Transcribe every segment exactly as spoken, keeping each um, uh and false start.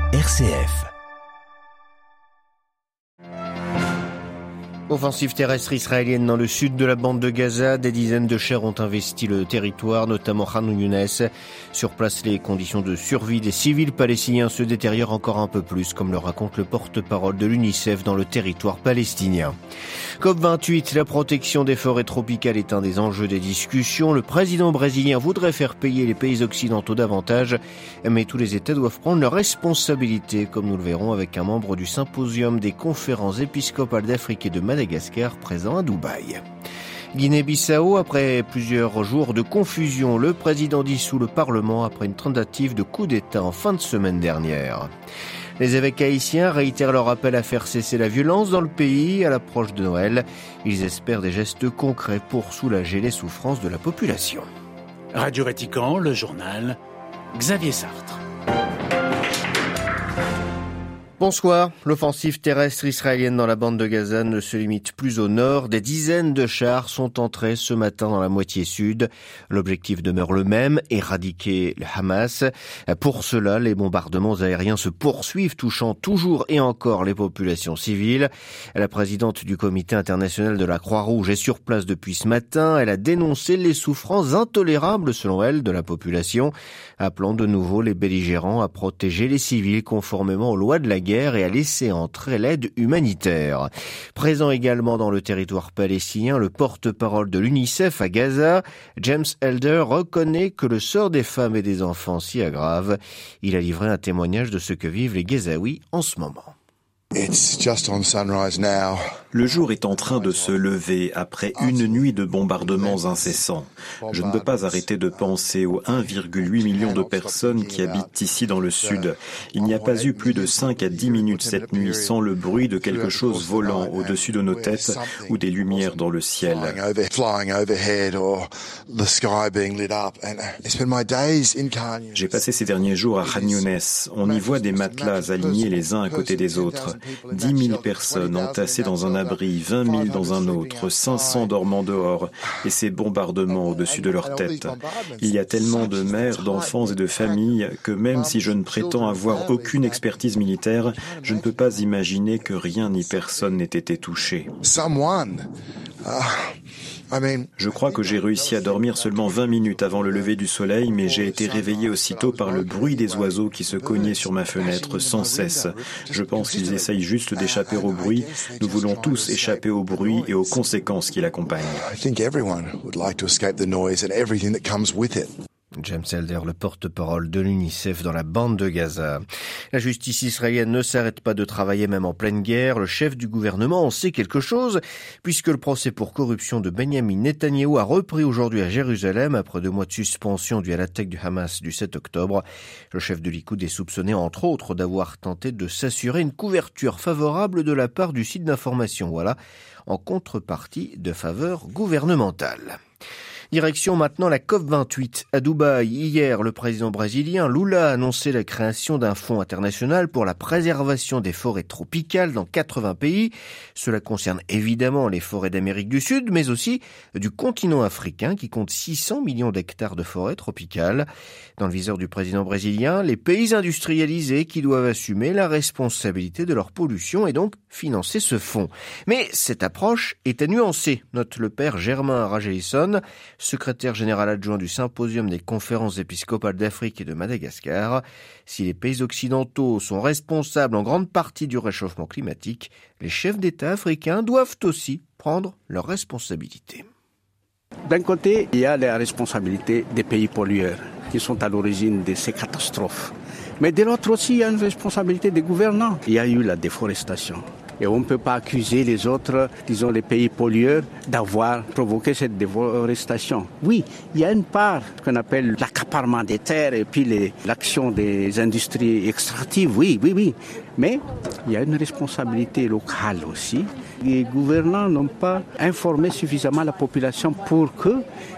R C F. Offensive terrestre israélienne dans le sud de la bande de Gaza. Des dizaines de chars ont investi le territoire, notamment Khan Younes. Sur place, les conditions de survie des civils palestiniens se détériorent encore un peu plus, comme le raconte le porte-parole de l'UNICEF dans le territoire palestinien. C O P vingt-huit, la protection des forêts tropicales est un des enjeux des discussions. Le président brésilien voudrait faire payer les pays occidentaux davantage, mais tous les États doivent prendre leurs responsabilités, comme nous le verrons avec un membre du symposium des conférences épiscopales d'Afrique et de Madagascar présent à Dubaï. Guinée-Bissau, après plusieurs jours de confusion, le président dissout le Parlement après une tentative de coup d'État en fin de semaine dernière. Les évêques haïtiens réitèrent leur appel à faire cesser la violence dans le pays à l'approche de Noël. Ils espèrent des gestes concrets pour soulager les souffrances de la population. Radio Vatican, le journal, Xavier Sartre. Bonsoir. L'offensive terrestre israélienne dans la bande de Gaza ne se limite plus au nord. Des dizaines de chars sont entrés ce matin dans la moitié sud. L'objectif demeure le même, éradiquer le Hamas. Pour cela, les bombardements aériens se poursuivent, touchant toujours et encore les populations civiles. La présidente du Comité international de la Croix-Rouge est sur place depuis ce matin. Elle a dénoncé les souffrances intolérables, selon elle, de la population, appelant de nouveau les belligérants à protéger les civils conformément aux lois de la guerre et à laisser entrer l'aide humanitaire. Présent également dans le territoire palestinien, le porte-parole de l'UNICEF à Gaza, James Elder, reconnaît que le sort des femmes et des enfants s'y aggrave. Il a livré un témoignage de ce que vivent les Gazaouis en ce moment. It's just on sunrise now. Le jour est en train de se lever après une nuit de bombardements incessants. Je ne peux pas arrêter de penser aux un virgule huit million de personnes qui habitent ici dans le sud. Il n'y a pas eu plus de cinq à dix minutes cette nuit sans le bruit de quelque chose volant au-dessus de nos têtes ou des lumières dans le ciel. J'ai passé ces derniers jours à Khan Younes. On y voit des matelas alignés les uns à côté des autres. dix mille personnes entassées dans un abri, vingt mille dans un autre, cinq cents dormant dehors, et ces bombardements au-dessus de leur tête. Il y a tellement de mères, d'enfants et de familles que même si je ne prétends avoir aucune expertise militaire, je ne peux pas imaginer que rien ni personne n'ait été touché. Je crois que j'ai réussi à dormir seulement vingt minutes avant le lever du soleil, mais j'ai été réveillé aussitôt par le bruit des oiseaux qui se cognaient sur ma fenêtre sans cesse. Je pense qu'ils essayent juste d'échapper au bruit. Nous voulons tous échapper au bruit et aux conséquences qui l'accompagnent. James Elder, le porte-parole de l'UNICEF dans la bande de Gaza. La justice israélienne ne s'arrête pas de travailler même en pleine guerre. Le chef du gouvernement en sait quelque chose, puisque le procès pour corruption de Benjamin Netanyahou a repris aujourd'hui à Jérusalem après deux mois de suspension due à l'attaque du Hamas du sept octobre. Le chef de Likoud est soupçonné entre autres d'avoir tenté de s'assurer une couverture favorable de la part du site d'information Walla en contrepartie de faveurs gouvernementales. Direction maintenant la C O P vingt-huit à Dubaï. Hier, le président brésilien Lula a annoncé la création d'un fonds international pour la préservation des forêts tropicales dans quatre-vingts pays. Cela concerne évidemment les forêts d'Amérique du Sud, mais aussi du continent africain qui compte six cents millions d'hectares de forêts tropicales. Dans le viseur du président brésilien, les pays industrialisés qui doivent assumer la responsabilité de leur pollution et donc financer ce fonds. Mais cette approche est à nuancer, note le père Germain Rajelisson, secrétaire général adjoint du symposium des conférences épiscopales d'Afrique et de Madagascar. Si les pays occidentaux sont responsables en grande partie du réchauffement climatique, les chefs d'État africains doivent aussi prendre leurs responsabilités. D'un côté, il y a la responsabilité des pays pollueurs qui sont à l'origine de ces catastrophes. Mais de l'autre aussi, il y a une responsabilité des gouvernants. Il y a eu la déforestation. Et on ne peut pas accuser les autres, disons les pays pollueurs, d'avoir provoqué cette déforestation. Oui, il y a une part qu'on appelle l'accaparement des terres et puis les, l'action des industries extractives, oui, oui, oui. Mais il y a une responsabilité locale aussi. Les gouvernants n'ont pas informé suffisamment la population pour que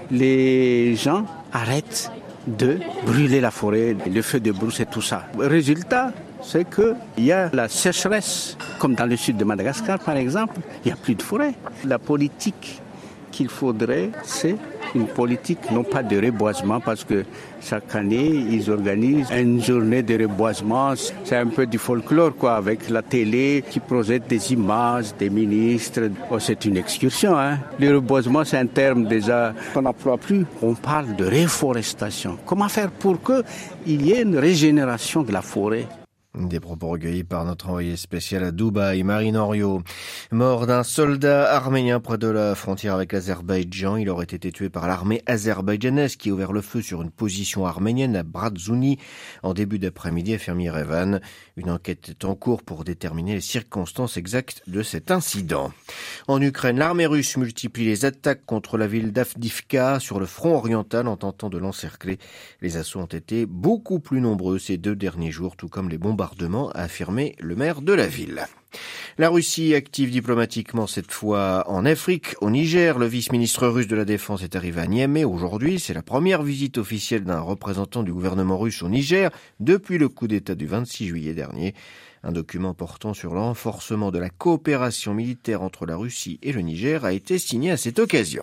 les gens arrêtent de brûler la forêt, le feu de brousse et tout ça. Résultat, c'est qu'il y a la sécheresse, comme dans le sud de Madagascar par exemple, il n'y a plus de forêt. La politique qu'il faudrait, c'est une politique, non pas de reboisement, parce que chaque année, ils organisent une journée de reboisement. C'est un peu du folklore, quoi, avec la télé qui projette des images des ministres. Oh, c'est une excursion, hein. Le reboisement, c'est un terme déjà qu'on n'emploie plus. On parle de réforestation. Comment faire pour qu'il y ait une régénération de la forêt? Des propos recueillis par notre envoyé spécial à Dubaï, Marine Henriot. Mort d'un soldat arménien près de la frontière avec l'Azerbaïdjan. Il aurait été tué par l'armée azerbaïdjanaise qui a ouvert le feu sur une position arménienne à Bratzouni en début d'après-midi, affirme Yerevan. Une enquête est en cours pour déterminer les circonstances exactes de cet incident. En Ukraine, l'armée russe multiplie les attaques contre la ville d'Avdiivka sur le front oriental en tentant de l'encercler. Les assauts ont été beaucoup plus nombreux ces deux derniers jours, tout comme les bombardements, a affirmé le maire de la ville. La Russie active diplomatiquement cette fois en Afrique. Au Niger, le vice-ministre russe de la Défense est arrivé à Niamey aujourd'hui. C'est la première visite officielle d'un représentant du gouvernement russe au Niger depuis le coup d'État du vingt-six juillet dernier. Un document portant sur le renforcement de la coopération militaire entre la Russie et le Niger a été signé à cette occasion.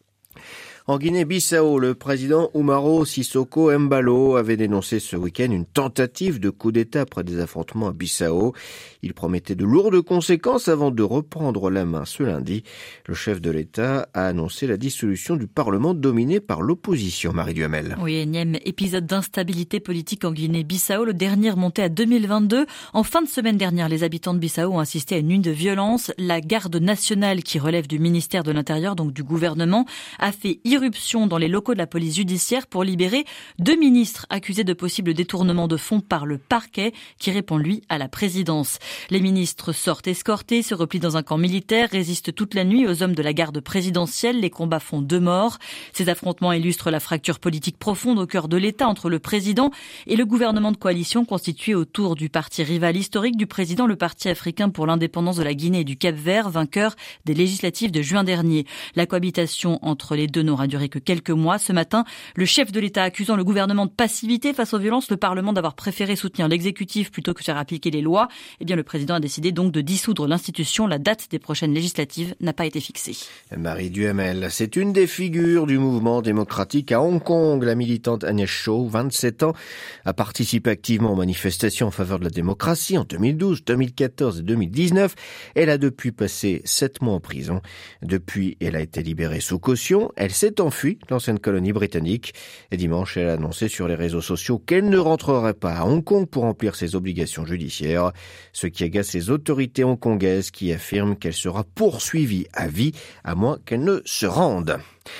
En Guinée-Bissau, le président Umaro Sissoko Embalo avait dénoncé ce week-end une tentative de coup d'État après des affrontements à Bissau. Il promettait de lourdes conséquences avant de reprendre la main ce lundi. Le chef de l'État a annoncé la dissolution du Parlement dominé par l'opposition. Marie Duhamel. Oui, énième épisode d'instabilité politique en Guinée-Bissau, le dernier remonté à deux mille vingt-deux. En fin de semaine dernière, les habitants de Bissau ont assisté à une nuit de violence. La garde nationale, qui relève du ministère de l'Intérieur, donc du gouvernement, a fait irruption dans les locaux de la police judiciaire pour libérer deux ministres accusés de possible détournement de fonds par le parquet qui répond lui à la présidence. Les ministres sortent escortés, se replient dans un camp militaire, résistent toute la nuit aux hommes de la garde présidentielle. Les combats font deux morts. Ces affrontements illustrent la fracture politique profonde au cœur de l'État entre le président et le gouvernement de coalition constitué autour du parti rival historique du président, le Parti africain pour l'indépendance de la Guinée et du Cap-Vert, vainqueur des législatives de juin dernier. La cohabitation entre les deux n'aura duré que quelques mois. Ce matin, le chef de l'État accusant le gouvernement de passivité face aux violences, le Parlement d'avoir préféré soutenir l'exécutif plutôt que faire appliquer les lois. Eh bien, le président a décidé donc de dissoudre l'institution. La date des prochaines législatives n'a pas été fixée. Marie Duhamel, c'est une des figures du mouvement démocratique à Hong Kong. La militante Agnès Shaw, vingt-sept ans, a participé activement aux manifestations en faveur de la démocratie en deux mille douze, deux mille quatorze et deux mille dix-neuf. Elle a depuis passé sept mois en prison. Depuis, elle a été libérée sous caution. Elle s'est enfuie, l'ancienne colonie britannique. Et dimanche, elle a annoncé sur les réseaux sociaux qu'elle ne rentrerait pas à Hong Kong pour remplir ses obligations judiciaires. Ce qui agace les autorités hongkongaises qui affirment qu'elle sera poursuivie à vie, à moins qu'elle ne se rende.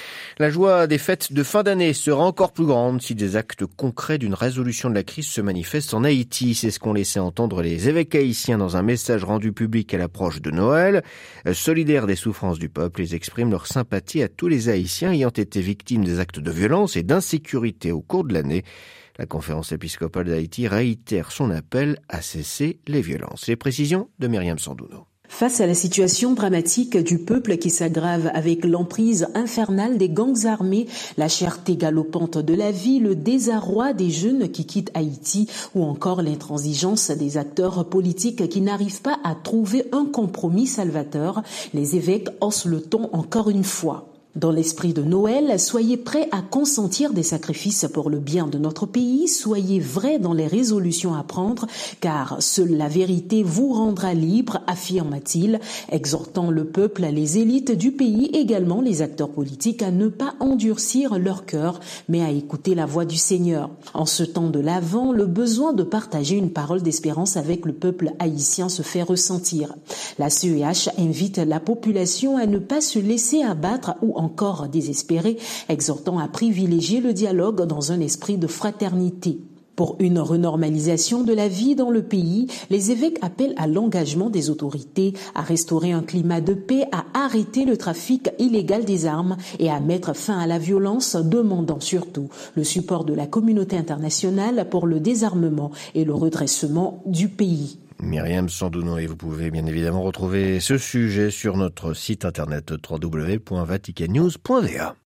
La joie des fêtes de fin d'année sera encore plus grande si des actes concrets d'une résolution de la crise se manifestent en Haïti. C'est ce qu'ont laissé entendre les évêques haïtiens dans un message rendu public à l'approche de Noël. Solidaires des souffrances du peuple, ils expriment leur sympathie à tous les Haïtiens ayant été victimes des actes de violence et d'insécurité au cours de l'année. La conférence épiscopale d'Haïti réitère son appel à cesser les violences. Les précisions de Myriam Sandouno. Face à la situation dramatique du peuple qui s'aggrave avec l'emprise infernale des gangs armés, la cherté galopante de la vie, le désarroi des jeunes qui quittent Haïti ou encore l'intransigeance des acteurs politiques qui n'arrivent pas à trouver un compromis salvateur, les évêques haussent le ton encore une fois. Dans l'esprit de Noël, soyez prêts à consentir des sacrifices pour le bien de notre pays, soyez vrais dans les résolutions à prendre, car seule la vérité vous rendra libre, affirme-t-il, exhortant le peuple, les élites du pays, également les acteurs politiques, à ne pas endurcir leur cœur, mais à écouter la voix du Seigneur. En ce temps de l'Avent, le besoin de partager une parole d'espérance avec le peuple haïtien se fait ressentir. La C E H invite la population à ne pas se laisser abattre ou encore désespéré, exhortant à privilégier le dialogue dans un esprit de fraternité. Pour une renormalisation de la vie dans le pays, les évêques appellent à l'engagement des autorités, à restaurer un climat de paix, à arrêter le trafic illégal des armes et à mettre fin à la violence, demandant surtout le support de la communauté internationale pour le désarmement et le redressement du pays. Myriam Sandouno, et vous pouvez bien évidemment retrouver ce sujet sur notre site internet w w w point vatican news point v a.